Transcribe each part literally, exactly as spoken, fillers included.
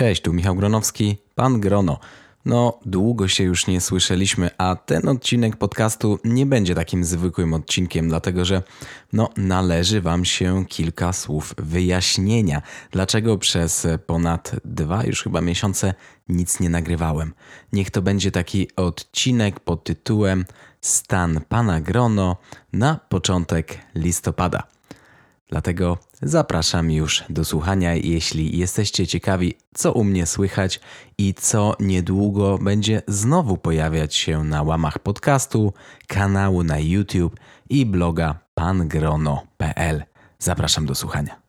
Cześć, tu Michał Gronowski, Pan Grono. No, długo się już nie słyszeliśmy, a ten odcinek podcastu nie będzie takim zwykłym odcinkiem, dlatego że no, należy Wam się kilka słów wyjaśnienia, dlaczego przez ponad dwa już chyba miesiące nic nie nagrywałem. Niech to będzie taki odcinek pod tytułem Stan Pana Grono na początek listopada. Dlatego zapraszam już do słuchania, jeśli jesteście ciekawi, co u mnie słychać i co niedługo będzie znowu pojawiać się na łamach podcastu, kanału na YouTube i bloga pan grono kropka p l. Zapraszam do słuchania.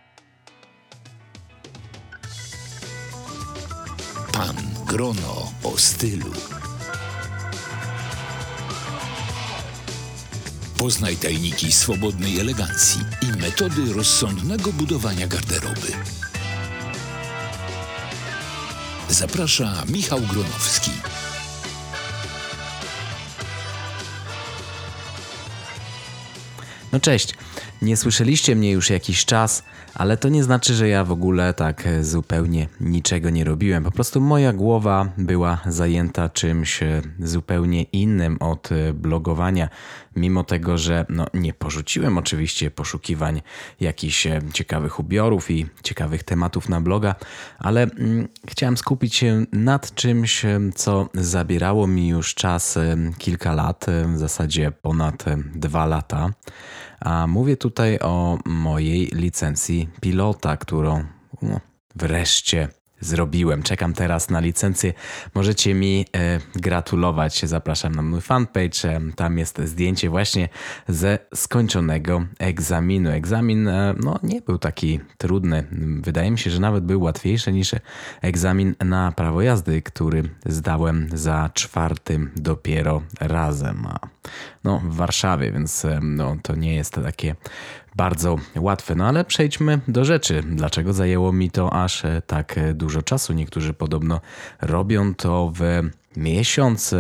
Pan Grono o stylu. Poznaj tajniki swobodnej elegancji i metody rozsądnego budowania garderoby. Zaprasza Michał Gronowski. No cześć, nie słyszeliście mnie już jakiś czas, ale to nie znaczy, że ja w ogóle tak zupełnie niczego nie robiłem. Po prostu moja głowa była zajęta czymś zupełnie innym od blogowania. Mimo tego, że no, nie porzuciłem oczywiście poszukiwań jakichś ciekawych ubiorów i ciekawych tematów na bloga, ale mm, chciałem skupić się nad czymś, co zabierało mi już czas kilka lat, w zasadzie ponad dwa lata. A mówię tutaj o mojej licencji pilota, którą no, wreszcie zrobiłem. Czekam teraz na licencję. Możecie mi e, gratulować. Zapraszam na mój fanpage. E, tam jest zdjęcie właśnie ze skończonego egzaminu. Egzamin e, no, nie był taki trudny. Wydaje mi się, że nawet był łatwiejszy niż egzamin na prawo jazdy, który zdałem za czwartym dopiero razem. A, no, w Warszawie, więc e, no, to nie jest takie bardzo łatwe. No ale przejdźmy do rzeczy. Dlaczego zajęło mi to aż tak dużo czasu? Niektórzy podobno robią to w miesiąc,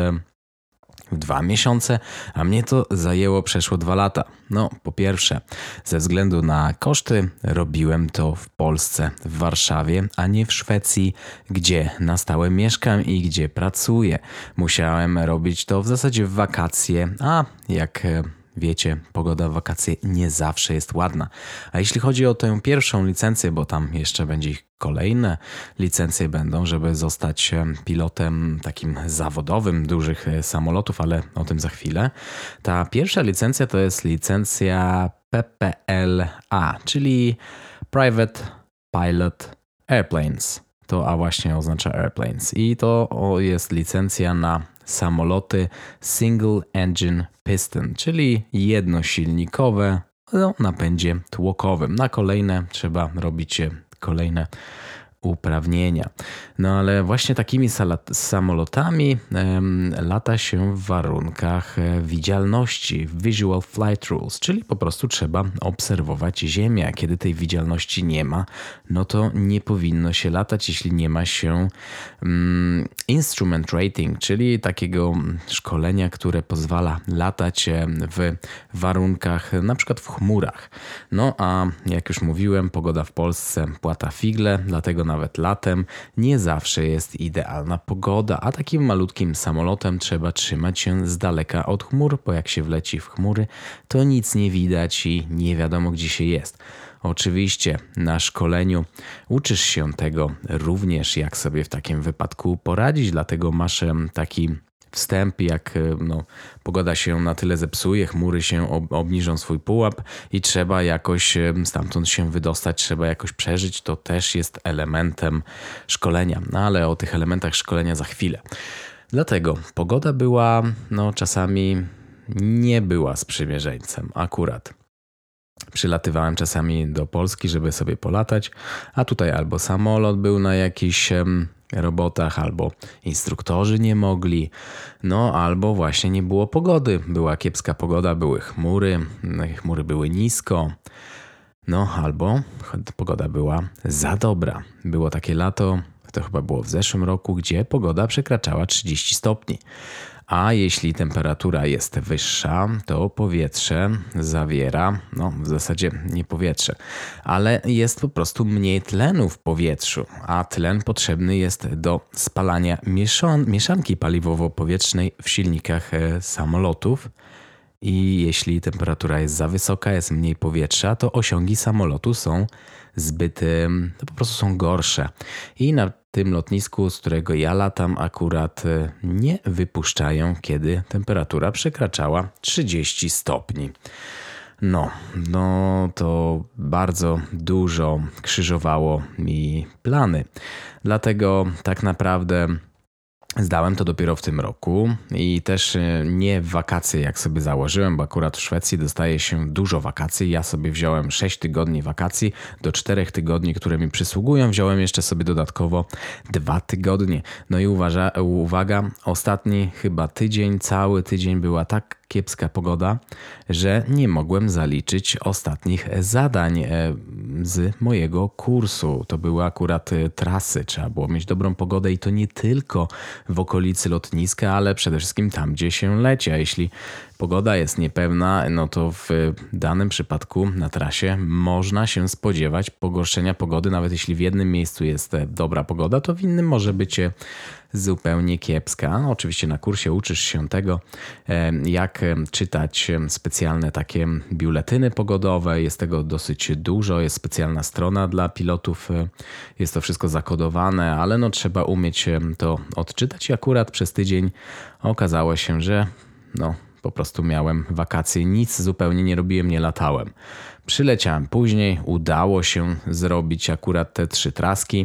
w dwa miesiące, a mnie to zajęło przeszło dwa lata. No, po pierwsze, ze względu na koszty robiłem to w Polsce, w Warszawie, a nie w Szwecji, gdzie na stałe mieszkam i gdzie pracuję. Musiałem robić to w zasadzie w wakacje, a jak wiecie, pogoda w wakacje nie zawsze jest ładna. A jeśli chodzi o tę pierwszą licencję, bo tam jeszcze będzie ich kolejne licencje będą, żeby zostać pilotem takim zawodowym dużych samolotów, ale o tym za chwilę. Ta pierwsza licencja to jest licencja P P L A, czyli Private Pilot Airplanes. To A właśnie oznacza Airplanes i to jest licencja na samoloty Single Engine Piston, czyli jednosilnikowe o napędzie tłokowym. Na kolejne trzeba robić kolejne uprawnienia. No ale właśnie takimi samolotami em, lata się w warunkach widzialności, Visual Flight Rules, czyli po prostu trzeba obserwować Ziemię. A kiedy tej widzialności nie ma, no to nie powinno się latać, jeśli nie ma się um, Instrument Rating, czyli takiego szkolenia, które pozwala latać w warunkach, na przykład w chmurach. No a jak już mówiłem, pogoda w Polsce płata figle, dlatego nawet latem nie zawsze jest idealna pogoda, a takim malutkim samolotem trzeba trzymać się z daleka od chmur, bo jak się wleci w chmury, to nic nie widać i nie wiadomo, gdzie się jest. Oczywiście na szkoleniu uczysz się tego również, jak sobie w takim wypadku poradzić, dlatego masz taki wstęp, jak no, pogoda się na tyle zepsuje, chmury się ob- obniżą swój pułap i trzeba jakoś stamtąd się wydostać, trzeba jakoś przeżyć, to też jest elementem szkolenia. No ale o tych elementach szkolenia za chwilę. Dlatego pogoda była, no czasami nie była sprzymierzeńcem akurat. Przylatywałem czasami do Polski, żeby sobie polatać, a tutaj albo samolot był na jakichś em, robotach, albo instruktorzy nie mogli, no albo właśnie nie było pogody. Była kiepska pogoda, były chmury, chmury były nisko, no albo pogoda była za dobra. Było takie lato, to chyba było w zeszłym roku, gdzie pogoda przekraczała trzydzieści stopni. A jeśli temperatura jest wyższa, to powietrze zawiera, no w zasadzie nie powietrze, ale jest po prostu mniej tlenu w powietrzu, a tlen potrzebny jest do spalania mieszan- mieszanki paliwowo-powietrznej w silnikach e, samolotów. I jeśli temperatura jest za wysoka, jest mniej powietrza, to osiągi samolotu są zbyt, em, to po prostu są gorsze. I na tym lotnisku, z którego ja latam, akurat e, nie wypuszczają, kiedy temperatura przekraczała trzydzieści stopni. No, no to bardzo dużo krzyżowało mi plany. Dlatego tak naprawdę zdałem to dopiero w tym roku i też nie w wakacje, jak sobie założyłem, bo akurat w Szwecji dostaje się dużo wakacji. Ja sobie wziąłem sześć tygodni wakacji, do czterech tygodni, które mi przysługują, wziąłem jeszcze sobie dodatkowo dwa tygodnie. No i uważa, uwaga, ostatni chyba tydzień, cały tydzień była tak kiepska pogoda, że nie mogłem zaliczyć ostatnich zadań z mojego kursu. To były akurat trasy, trzeba było mieć dobrą pogodę i to nie tylko w okolicy lotniska, ale przede wszystkim tam, gdzie się leci. A jeśli pogoda jest niepewna, no to w danym przypadku na trasie można się spodziewać pogorszenia pogody. Nawet jeśli w jednym miejscu jest dobra pogoda, to w innym może być zupełnie kiepska. Oczywiście na kursie uczysz się tego, jak czytać specjalne takie biuletyny pogodowe. Jest tego dosyć dużo, jest specjalna strona dla pilotów. Jest to wszystko zakodowane, ale no trzeba umieć to odczytać i akurat przez tydzień okazało się, że no po prostu miałem wakacje, nic zupełnie nie robiłem, nie latałem. Przyleciałem później, udało się zrobić akurat te trzy traski.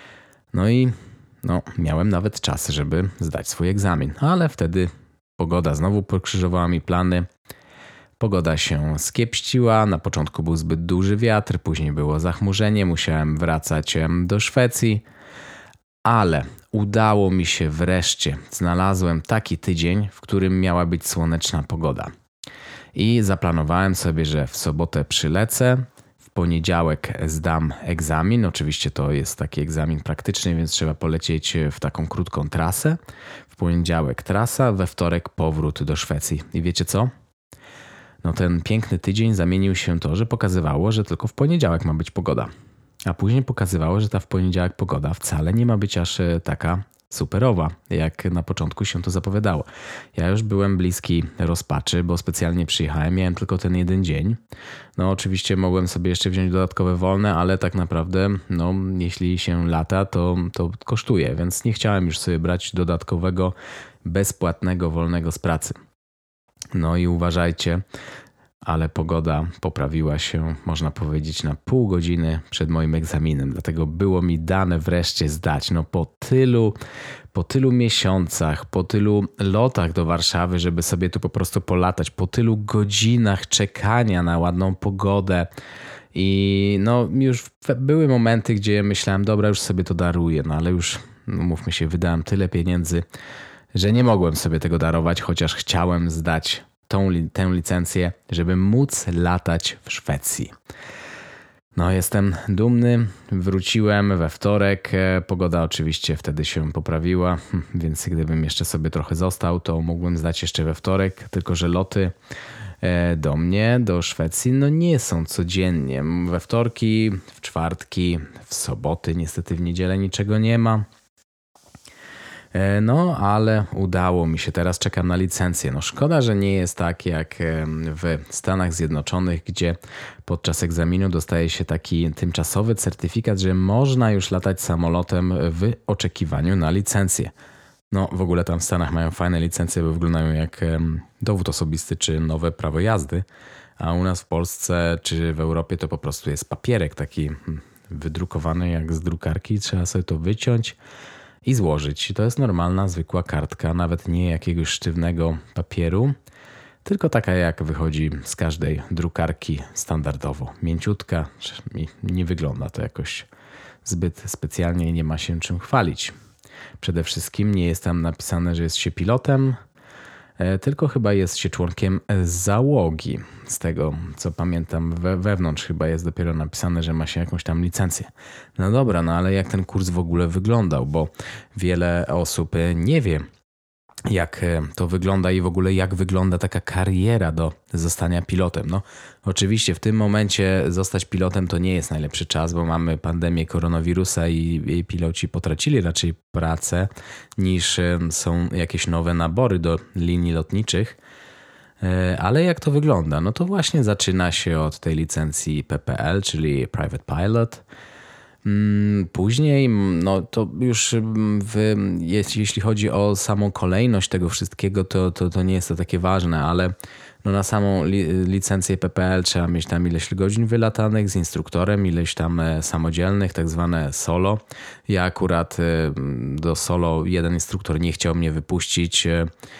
No i no, miałem nawet czas, żeby zdać swój egzamin, ale wtedy pogoda znowu pokrzyżowała mi plany. Pogoda się skiepściła, na początku był zbyt duży wiatr, później było zachmurzenie, musiałem wracać do Szwecji, ale udało mi się wreszcie. Znalazłem taki tydzień, w którym miała być słoneczna pogoda. I zaplanowałem sobie, że w sobotę przylecę, w poniedziałek zdam egzamin. Oczywiście to jest taki egzamin praktyczny, więc trzeba polecieć w taką krótką trasę. W poniedziałek trasa, we wtorek powrót do Szwecji. I wiecie co? No ten piękny tydzień zamienił się to, że pokazywało, że tylko w poniedziałek ma być pogoda. A później pokazywało, że ta w poniedziałek pogoda wcale nie ma być aż taka superowa, jak na początku się to zapowiadało. Ja już byłem bliski rozpaczy, bo specjalnie przyjechałem, miałem tylko ten jeden dzień. No oczywiście mogłem sobie jeszcze wziąć dodatkowe wolne, ale tak naprawdę no jeśli się lata, to, to kosztuje, więc nie chciałem już sobie brać dodatkowego, bezpłatnego wolnego z pracy. No i uważajcie, ale pogoda poprawiła się, można powiedzieć, na pół godziny przed moim egzaminem. Dlatego było mi dane wreszcie zdać. No po tylu, po tylu miesiącach, po tylu lotach do Warszawy, żeby sobie tu po prostu polatać, po tylu godzinach czekania na ładną pogodę. I no już były momenty, gdzie myślałem, dobra, już sobie to daruję, no ale już, no mówmy się, wydałem tyle pieniędzy, że nie mogłem sobie tego darować, chociaż chciałem zdać tą, tę licencję, żeby móc latać w Szwecji. No jestem dumny, wróciłem we wtorek, pogoda oczywiście wtedy się poprawiła, więc gdybym jeszcze sobie trochę został, to mógłbym zdać jeszcze we wtorek, tylko że loty do mnie, do Szwecji, no nie są codziennie. We wtorki, w czwartki, w soboty, niestety w niedzielę niczego nie ma. No, ale udało mi się. Teraz czekam na licencję. No szkoda, że nie jest tak jak w Stanach Zjednoczonych, gdzie podczas egzaminu dostaje się taki tymczasowy certyfikat, że można już latać samolotem w oczekiwaniu na licencję. No w ogóle tam w Stanach mają fajne licencje, bo wyglądają jak dowód osobisty czy nowe prawo jazdy, a u nas w Polsce czy w Europie to po prostu jest papierek taki wydrukowany jak z drukarki. Trzeba sobie to wyciąć i złożyć. To jest normalna, zwykła kartka, nawet nie jakiegoś sztywnego papieru, tylko taka jak wychodzi z każdej drukarki standardowo. Mięciutka, nie wygląda to jakoś zbyt specjalnie i nie ma się czym chwalić. Przede wszystkim nie jest tam napisane, że jest się pilotem, tylko chyba jest się członkiem załogi. Z tego, co pamiętam, we, wewnątrz chyba jest dopiero napisane, że ma się jakąś tam licencję. No dobra, no ale jak ten kurs w ogóle wyglądał, bo wiele osób nie wie, jak to wygląda i w ogóle jak wygląda taka kariera do zostania pilotem. No, oczywiście w tym momencie zostać pilotem to nie jest najlepszy czas, bo mamy pandemię koronawirusa i, i piloci potracili raczej pracę niż są jakieś nowe nabory do linii lotniczych. Ale jak to wygląda? No to właśnie zaczyna się od tej licencji P P L, czyli Private Pilot. Później, no to już w, jeśli chodzi o samą kolejność tego wszystkiego, to, to, to nie jest to takie ważne, ale no na samą li, licencję P P L trzeba mieć tam ileś godzin wylatanych z instruktorem, ileś tam samodzielnych, tak zwane solo. Ja akurat do solo jeden instruktor nie chciał mnie wypuścić.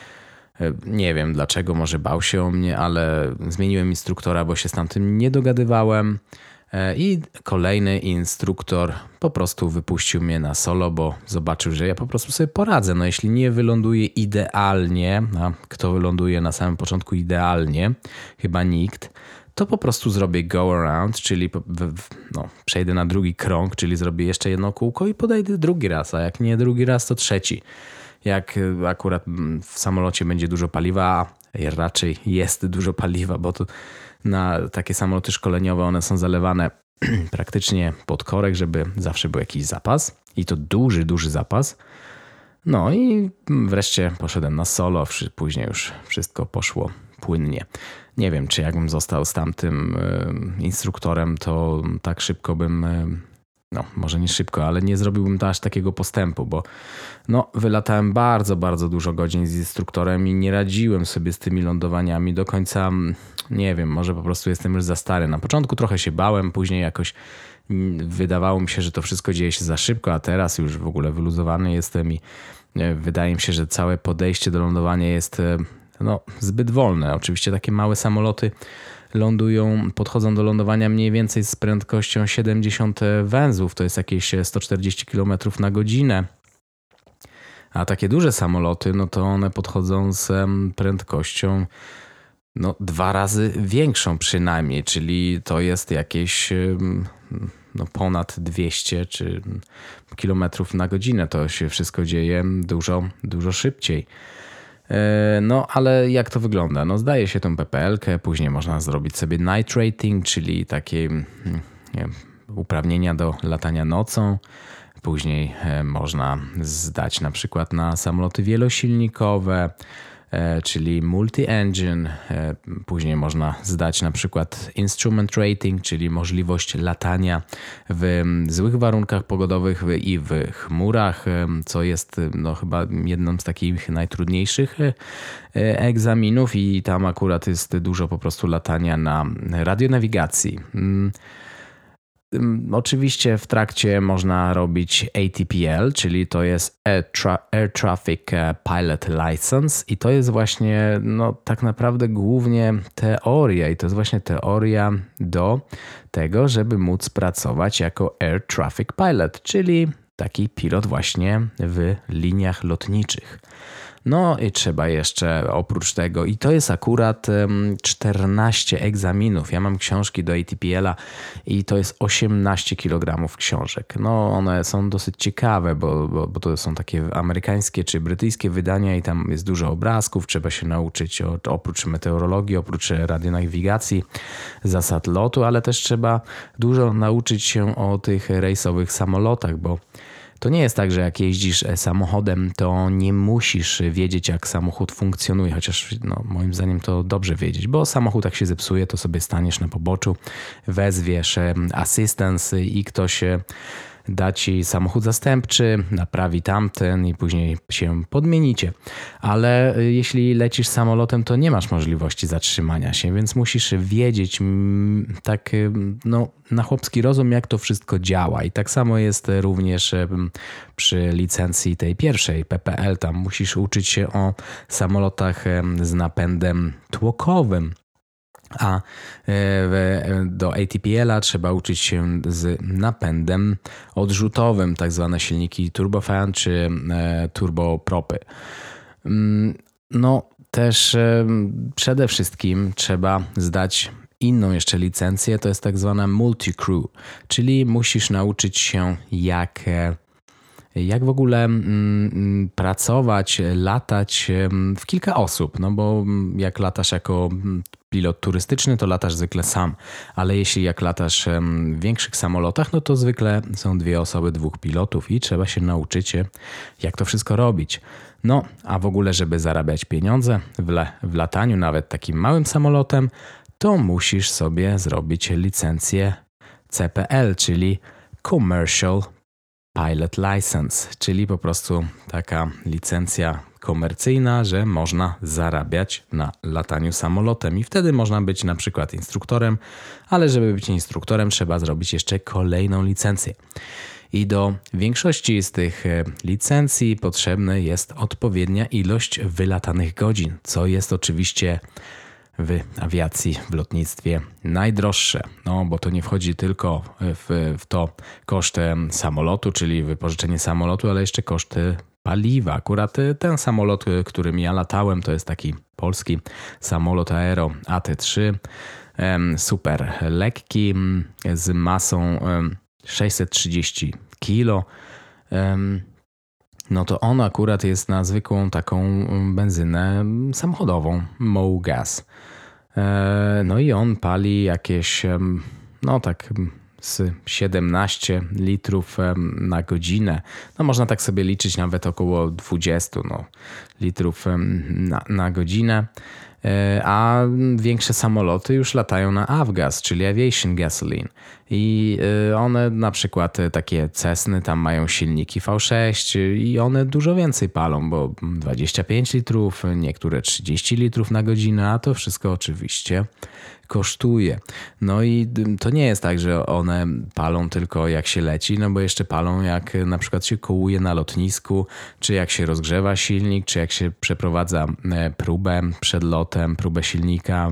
Nie wiem dlaczego, może bał się o mnie, ale zmieniłem instruktora, bo się z tamtym nie dogadywałem. I kolejny instruktor po prostu wypuścił mnie na solo, bo zobaczył, że ja po prostu sobie poradzę. No jeśli nie wyląduję idealnie, a kto wyląduje na samym początku idealnie? Chyba nikt. To po prostu zrobię go around, czyli no, przejdę na drugi krąg, czyli zrobię jeszcze jedno kółko i podejdę drugi raz, a jak nie drugi raz, to trzeci. Jak akurat w samolocie będzie dużo paliwa, a raczej jest dużo paliwa, bo to na takie samoloty szkoleniowe one są zalewane praktycznie pod korek, żeby zawsze był jakiś zapas i to duży, duży zapas. No i wreszcie poszedłem na solo, później już wszystko poszło płynnie. Nie wiem, czy jakbym został z tamtym instruktorem, to tak szybko bym... No, może nie szybko, ale nie zrobiłbym to aż takiego postępu, bo no, wylatałem bardzo, bardzo dużo godzin z instruktorem i nie radziłem sobie z tymi lądowaniami do końca. Nie wiem, może po prostu jestem już za stary. Na początku trochę się bałem, później jakoś wydawało mi się, że to wszystko dzieje się za szybko, a teraz już w ogóle wyluzowany jestem i wydaje mi się, że całe podejście do lądowania jest no, zbyt wolne. Oczywiście takie małe samoloty lądują, podchodzą do lądowania mniej więcej z prędkością siedemdziesiąt węzłów, to jest jakieś sto czterdzieści kilometrów na godzinę. A takie duże samoloty, no to one podchodzą z prędkością no, dwa razy większą przynajmniej, czyli to jest jakieś no, ponad dwieście czy kilometrów na godzinę. To się wszystko dzieje dużo, dużo szybciej. No, ale jak to wygląda? No, zdaje się tą P P L-kę, później można zrobić sobie night rating, czyli takie nie, uprawnienia do latania nocą. Później można zdać na przykład na samoloty wielosilnikowe, czyli multi-engine. Później można zdać na przykład instrument rating, czyli możliwość latania w złych warunkach pogodowych i w chmurach, co jest no, chyba jedną z takich najtrudniejszych egzaminów i tam akurat jest dużo po prostu latania na radionawigacji. Oczywiście w trakcie można robić A T P L, czyli to jest Air, Tra- Air Traffic Pilot License i to jest właśnie no, tak naprawdę głównie teoria i to jest właśnie teoria do tego, żeby móc pracować jako Air Traffic Pilot, czyli taki pilot właśnie w liniach lotniczych. No i trzeba jeszcze oprócz tego, i to jest akurat czternaście egzaminów. Ja mam książki do A T P L-a i to jest osiemnaście kilogramów książek. No one są dosyć ciekawe, bo, bo, bo to są takie amerykańskie czy brytyjskie wydania i tam jest dużo obrazków. Trzeba się nauczyć o, oprócz meteorologii, oprócz radionawigacji, zasad lotu, ale też trzeba dużo nauczyć się o tych rejsowych samolotach, bo to nie jest tak, że jak jeździsz samochodem, to nie musisz wiedzieć, jak samochód funkcjonuje, chociaż no, moim zdaniem to dobrze wiedzieć, bo samochód jak się zepsuje, to sobie staniesz na poboczu, wezwiesz assistance i ktoś da ci samochód zastępczy, naprawi tamten i później się podmienicie. Ale jeśli lecisz samolotem, to nie masz możliwości zatrzymania się, więc musisz wiedzieć tak no, na chłopski rozum, jak to wszystko działa. I tak samo jest również przy licencji tej pierwszej P P L. Tam musisz uczyć się o samolotach z napędem tłokowym. A do A T P L-a trzeba uczyć się z napędem odrzutowym, tak zwane silniki turbofan czy turbopropy. No też przede wszystkim trzeba zdać inną jeszcze licencję, to jest tak zwana multi-crew, czyli musisz nauczyć się jak jak w ogóle mm, pracować, latać w kilka osób, no bo jak latasz jako pilot turystyczny, to latasz zwykle sam, ale jeśli jak latasz w większych samolotach, no to zwykle są dwie osoby, dwóch pilotów i trzeba się nauczyć, jak to wszystko robić. No, a w ogóle, żeby zarabiać pieniądze w, le, w lataniu, nawet takim małym samolotem, to musisz sobie zrobić licencję C P L, czyli Commercial Pilot License, czyli po prostu taka licencja komercyjna, że można zarabiać na lataniu samolotem i wtedy można być na przykład instruktorem, ale żeby być instruktorem trzeba zrobić jeszcze kolejną licencję. I do większości z tych licencji potrzebna jest odpowiednia ilość wylatanych godzin, co jest oczywiście w awiacji, w lotnictwie najdroższe. No bo to nie wchodzi tylko w, w to koszty samolotu, czyli wypożyczenie samolotu, ale jeszcze koszty paliwa. Akurat ten samolot, którym ja latałem, to jest taki polski samolot Aero A T trzy. Super lekki, z masą sześćset trzydzieści kilo. No to on akurat jest na zwykłą taką benzynę samochodową, Mo Gas. No i on pali jakieś, no tak z siedemnaście litrów na godzinę. No można tak sobie liczyć nawet około dwadzieścia no, litrów na, na godzinę. A większe samoloty już latają na Avgas, czyli Aviation Gasoline. I one na przykład takie Cessny tam mają silniki V sześć i one dużo więcej palą, bo dwadzieścia pięć litrów, niektóre trzydzieści litrów na godzinę, a to wszystko oczywiście kosztuje. No i to nie jest tak, że one palą tylko jak się leci, no bo jeszcze palą jak na przykład się kołuje na lotnisku, czy jak się rozgrzewa silnik, czy jak się przeprowadza próbę przed lotem, próbę silnika.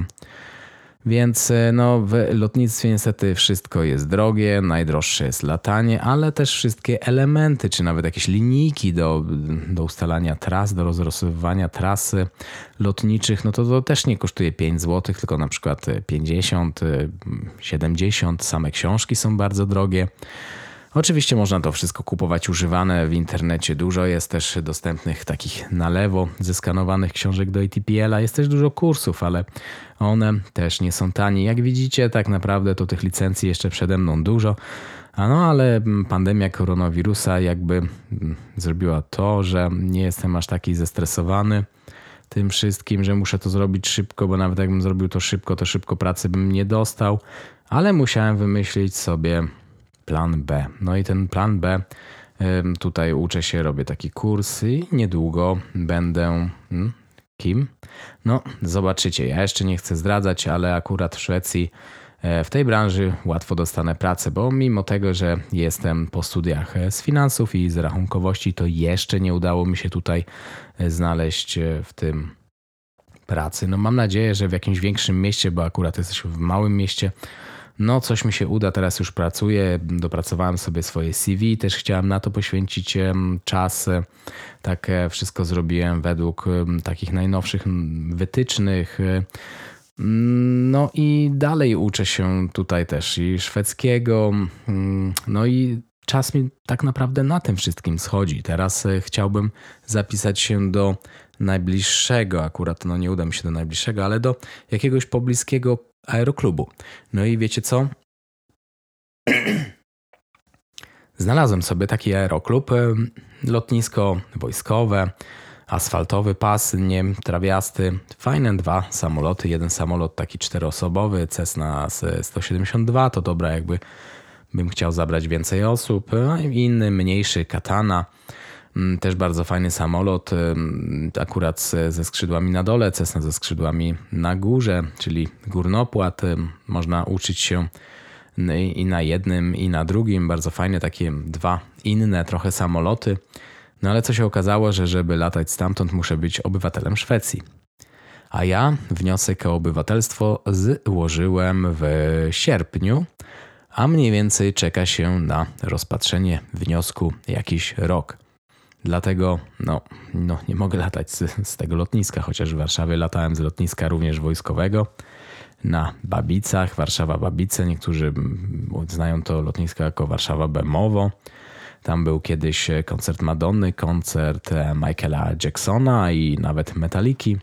Więc no, w lotnictwie niestety wszystko jest drogie, najdroższe jest latanie, ale też wszystkie elementy, czy nawet jakieś linijki do, do ustalania tras, do rozrysowywania trasy lotniczych, no to to też nie kosztuje pięć złotych, tylko na przykład pięćdziesiąt, siedemdziesiąt. Same książki są bardzo drogie. Oczywiście można to wszystko kupować używane w internecie. Dużo jest też dostępnych takich na lewo zeskanowanych książek do A T P L-a. Jest też dużo kursów, ale one też nie są tanie. Jak widzicie, tak naprawdę to tych licencji jeszcze przede mną dużo. A no ale pandemia koronawirusa jakby zrobiła to, że nie jestem aż taki zestresowany tym wszystkim, że muszę to zrobić szybko, bo nawet jakbym zrobił to szybko, to szybko pracy bym nie dostał. Ale musiałem wymyślić sobie plan B. No i ten plan B, tutaj uczę się, robię taki kurs i niedługo będę... Hmm, kim? No zobaczycie, ja jeszcze nie chcę zdradzać, ale akurat w Szwecji w tej branży łatwo dostanę pracę, bo mimo tego, że jestem po studiach z finansów i z rachunkowości, to jeszcze nie udało mi się tutaj znaleźć w tym pracy. No mam nadzieję, że w jakimś większym mieście, bo akurat jesteśmy w małym mieście, no coś mi się uda, teraz już pracuję, dopracowałem sobie swoje C V, też chciałem na to poświęcić czas. Tak wszystko zrobiłem według takich najnowszych wytycznych. No i dalej uczę się tutaj też i szwedzkiego, no i czas mi tak naprawdę na tym wszystkim schodzi. Teraz chciałbym zapisać się do najbliższego, akurat no nie uda mi się do najbliższego, ale do jakiegoś pobliskiego aeroklubu. No i wiecie co? Znalazłem sobie taki aeroklub, lotnisko wojskowe, asfaltowy pas, nie trawiasty, fajne dwa samoloty, jeden samolot taki czteroosobowy, Cessna sto siedemdziesiąt dwa, to dobra jakby bym chciał zabrać więcej osób, inny mniejszy Katana, też bardzo fajny samolot, akurat ze skrzydłami na dole, Cessna ze skrzydłami na górze, czyli górnopłat, można uczyć się i na jednym i na drugim, bardzo fajne takie dwa inne trochę samoloty. No ale co się okazało, że żeby latać stamtąd muszę być obywatelem Szwecji. A ja wniosek o obywatelstwo złożyłem w sierpniu, a mniej więcej czeka się na rozpatrzenie wniosku jakiś rok. Dlatego no, no nie mogę latać z, z tego lotniska, chociaż w Warszawie latałem z lotniska również wojskowego na Babicach, Warszawa-Babice. Niektórzy znają to lotnisko jako Warszawa-Bemowo. Tam był kiedyś koncert Madonny, koncert Michaela Jacksona i nawet Metaliki.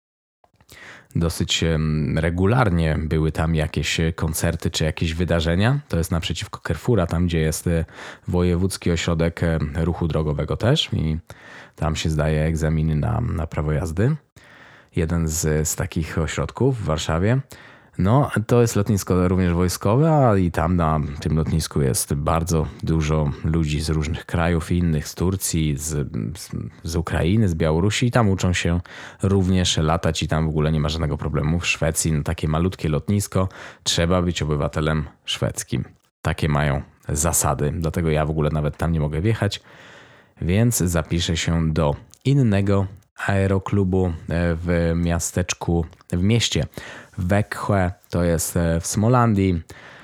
Dosyć regularnie były tam jakieś koncerty czy jakieś wydarzenia. To jest naprzeciwko Carrefoura, tam gdzie jest Wojewódzki Ośrodek Ruchu Drogowego też i tam się zdaje egzaminy na, na prawo jazdy. Jeden z, z takich ośrodków w Warszawie. No, to jest lotnisko również wojskowe, a i tam na tym lotnisku jest bardzo dużo ludzi z różnych krajów innych, z Turcji, z, z, z Ukrainy, z Białorusi i tam uczą się również latać i tam w ogóle nie ma żadnego problemu. W Szwecji na takie malutkie lotnisko trzeba być obywatelem szwedzkim. Takie mają zasady, dlatego ja w ogóle nawet tam nie mogę wjechać, więc zapiszę się do innego aeroklubu w miasteczku, w mieście Växjö, to jest w Smolandii.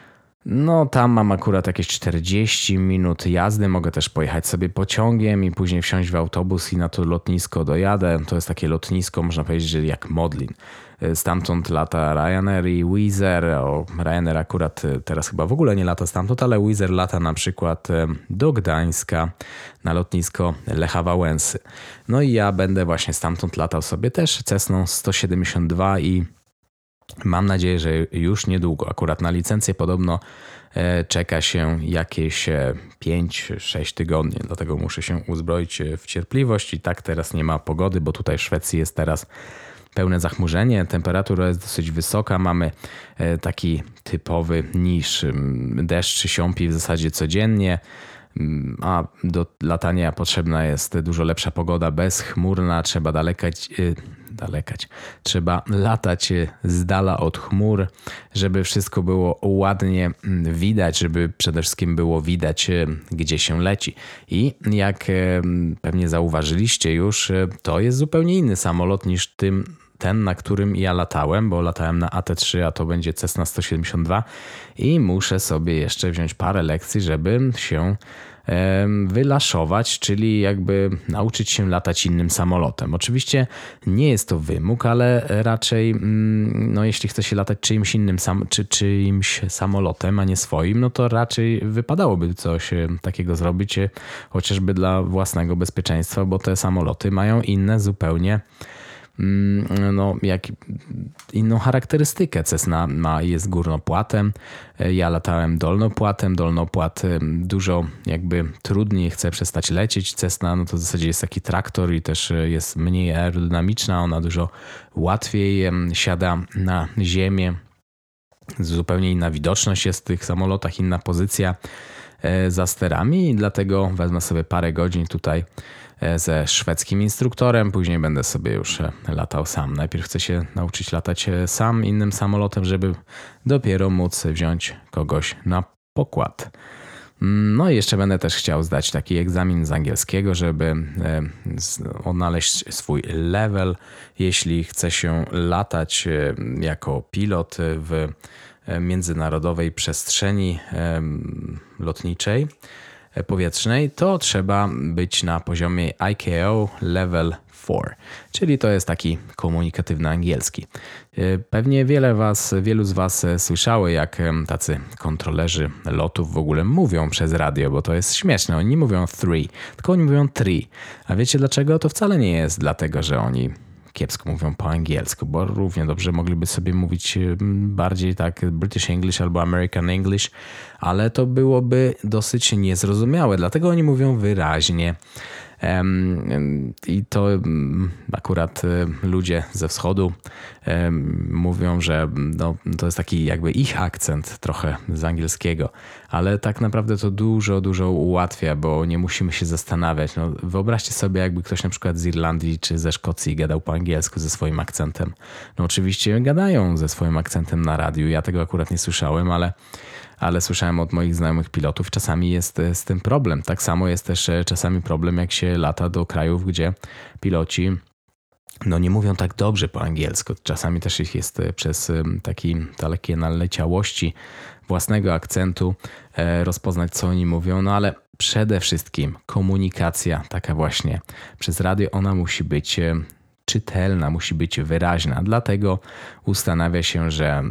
No tam mam akurat jakieś czterdzieści minut jazdy, mogę też pojechać sobie pociągiem i później wsiąść w autobus i na to lotnisko dojadę. To jest takie lotnisko, można powiedzieć, że jak Modlin. Stamtąd lata Ryanair i Wizz Air. O, Ryanair akurat teraz chyba w ogóle nie lata stamtąd, ale Wizz Air lata na przykład do Gdańska na lotnisko Lecha Wałęsy. No i ja będę właśnie stamtąd latał sobie też Cessną sto siedemdziesiąt dwa i mam nadzieję, że już niedługo. Akurat na licencję podobno czeka się jakieś pięć sześć tygodni, dlatego muszę się uzbroić w cierpliwość i tak teraz nie ma pogody, bo tutaj w Szwecji jest teraz pełne zachmurzenie, temperatura jest dosyć wysoka, mamy taki typowy niż, deszcz siąpi w zasadzie codziennie, a do latania potrzebna jest dużo lepsza pogoda, bezchmurna, trzeba dalekać, dalekać, trzeba latać z dala od chmur, żeby wszystko było ładnie widać, żeby przede wszystkim było widać, gdzie się leci. I jak pewnie zauważyliście już, to jest zupełnie inny samolot niż tym, ten, na którym ja latałem, bo latałem na A T trzy, a to będzie Cessna sto siedemdziesiąt dwa i muszę sobie jeszcze wziąć parę lekcji, żeby się wylaszować, czyli jakby nauczyć się latać innym samolotem. Oczywiście nie jest to wymóg, ale raczej no, jeśli chce się latać czyimś innym sam, czy czyimś samolotem, a nie swoim, no to raczej wypadałoby coś takiego zrobić, chociażby dla własnego bezpieczeństwa, bo te samoloty mają inne zupełnie no, jak inną charakterystykę. Cessna ma, jest górnopłatem, ja latałem dolnopłatem, dolnopłat dużo jakby trudniej chce przestać lecieć. Cessna no to w zasadzie jest taki traktor i też jest mniej aerodynamiczna, ona dużo łatwiej siada na ziemię. Zupełnie inna widoczność jest w tych samolotach, inna pozycja za sterami i dlatego wezmę sobie parę godzin tutaj ze szwedzkim instruktorem, później będę sobie już latał sam. Najpierw chcę się nauczyć latać sam innym samolotem, żeby dopiero móc wziąć kogoś na pokład. No i jeszcze będę też chciał zdać taki egzamin z angielskiego, żeby odnaleźć swój level, jeśli chce się latać jako pilot w międzynarodowej przestrzeni lotniczej, powietrznej, to trzeba być na poziomie I K O Level cztery, czyli to jest taki komunikatywny angielski. Pewnie wiele was, wielu z was słyszało, jak tacy kontrolerzy lotów w ogóle mówią przez radio, bo to jest śmieszne. Oni nie mówią three, tylko oni mówią three. A wiecie dlaczego? To wcale nie jest dlatego, że oni kiepsko mówią po angielsku, bo równie dobrze mogliby sobie mówić bardziej tak British English albo American English, ale to byłoby dosyć niezrozumiałe, dlatego oni mówią wyraźnie. I to akurat ludzie ze wschodu mówią, że no, to jest taki jakby ich akcent trochę z angielskiego, ale tak naprawdę to dużo, dużo ułatwia, bo nie musimy się zastanawiać. No, wyobraźcie sobie, jakby ktoś na przykład z Irlandii czy ze Szkocji gadał po angielsku ze swoim akcentem. No oczywiście gadają ze swoim akcentem na radiu, ja tego akurat nie słyszałem, ale ale słyszałem od moich znajomych pilotów, czasami jest z tym problem. Tak samo jest też czasami problem, jak się lata do krajów, gdzie piloci no nie mówią tak dobrze po angielsku. Czasami też ich jest przez taki, takie naleciałości własnego akcentu rozpoznać, co oni mówią, no ale przede wszystkim komunikacja taka właśnie przez radio, ona musi być czytelna, musi być wyraźna. Dlatego ustanawia się, że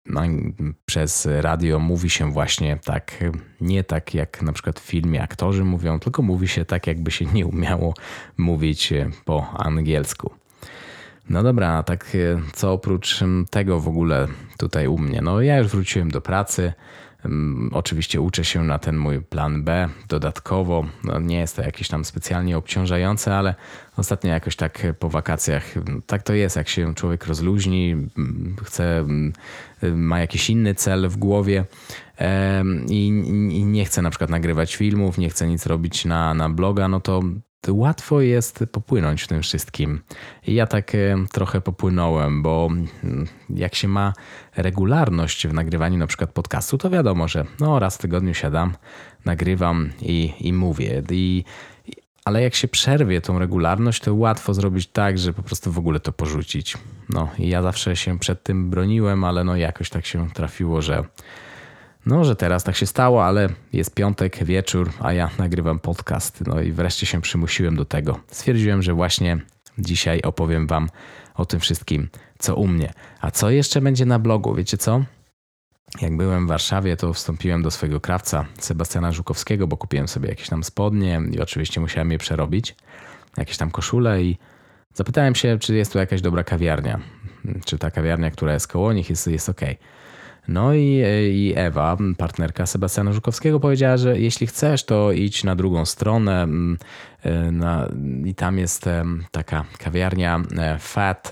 no, przez radio mówi się właśnie tak, nie tak jak na przykład w filmie aktorzy mówią, tylko mówi się tak, jakby się nie umiało mówić po angielsku. No dobra, a tak co oprócz tego w ogóle tutaj u mnie? No ja już wróciłem do pracy. Um, oczywiście uczę się na ten mój plan B dodatkowo. No, nie jest to jakieś tam specjalnie obciążające, ale ostatnio jakoś tak po wakacjach, tak to jest, jak się człowiek rozluźni, chce, ma jakiś inny cel w głowie um, i, i nie chce na przykład nagrywać filmów, nie chce nic robić na, na bloga, no to łatwo jest popłynąć w tym wszystkim. I ja tak trochę popłynąłem, bo jak się ma regularność w nagrywaniu na przykład podcastu, to wiadomo, że no raz w tygodniu siadam, nagrywam i, i mówię. I, ale jak się przerwie tą regularność, to łatwo zrobić tak, że po prostu w ogóle to porzucić. No i ja zawsze się przed tym broniłem, ale no jakoś tak się trafiło, że No, że teraz tak się stało, ale jest piątek, wieczór, a ja nagrywam podcast. No i wreszcie się przymusiłem do tego. Stwierdziłem, że właśnie dzisiaj opowiem wam o tym wszystkim, co u mnie. A co jeszcze będzie na blogu? Wiecie co? Jak byłem w Warszawie, to wstąpiłem do swojego krawca Sebastiana Żukowskiego, bo kupiłem sobie jakieś tam spodnie i oczywiście musiałem je przerobić. Jakieś tam koszule i zapytałem się, czy jest tu jakaś dobra kawiarnia. Czy ta kawiarnia, która jest koło nich, jest, jest okej. No i, i Ewa, partnerka Sebastiana Żukowskiego, powiedziała, że jeśli chcesz, to idź na drugą stronę na, i tam jest taka kawiarnia Fat,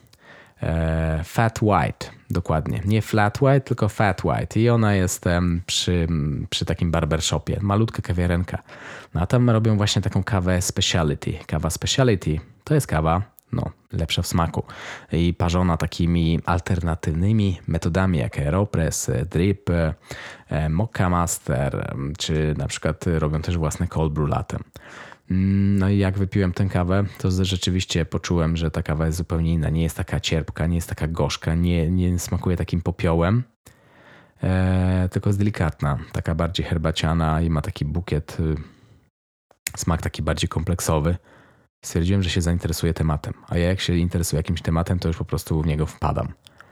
Fat White, dokładnie. Nie Flat White, tylko Fat White i ona jest przy, przy takim barbershopie, malutka kawiarenka. No a tam robią właśnie taką kawę speciality. Kawa speciality to jest kawa no, lepsza w smaku i parzona takimi alternatywnymi metodami jak Aeropress, Drip, Mocha Master, czy na przykład robią też własne cold brew latte. No i jak wypiłem tę kawę, to rzeczywiście poczułem, że ta kawa jest zupełnie inna. Nie jest taka cierpka, nie jest taka gorzka, nie, nie smakuje takim popiołem, e, tylko jest delikatna, taka bardziej herbaciana i ma taki bukiet, smak taki bardziej kompleksowy. Stwierdziłem, że się zainteresuję tematem, a ja jak się interesuję jakimś tematem, to już po prostu w niego wpadam.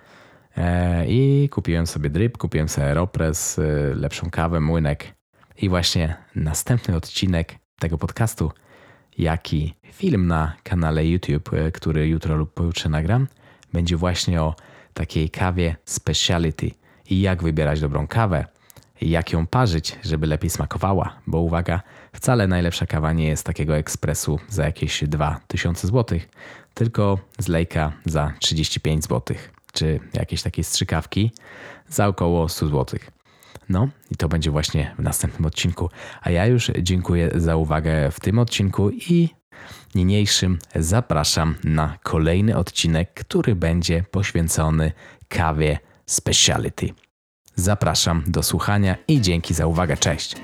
E, I kupiłem sobie drip, kupiłem sobie Aeropress, y, lepszą kawę, młynek i właśnie następny odcinek tego podcastu, jak i film na kanale YouTube, y, który jutro lub pojutrze nagram, będzie właśnie o takiej kawie speciality i jak wybierać dobrą kawę, jak ją parzyć, żeby lepiej smakowała, bo uwaga, wcale najlepsza kawa nie jest takiego ekspresu za jakieś dwa tysiące złotych, tylko zlejka za trzydzieści pięć złotych, czy jakieś takie strzykawki za około sto złotych. No i to będzie właśnie w następnym odcinku, a ja już dziękuję za uwagę w tym odcinku i niniejszym zapraszam na kolejny odcinek, który będzie poświęcony kawie speciality. Zapraszam do słuchania i dzięki za uwagę. Cześć!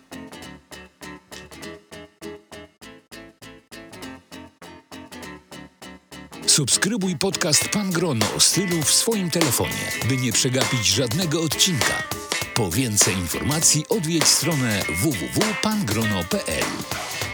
Subskrybuj podcast Pan Grono o stylu w swoim telefonie, by nie przegapić żadnego odcinka. Po więcej informacji odwiedź stronę w w w kropka pan grono kropka p l.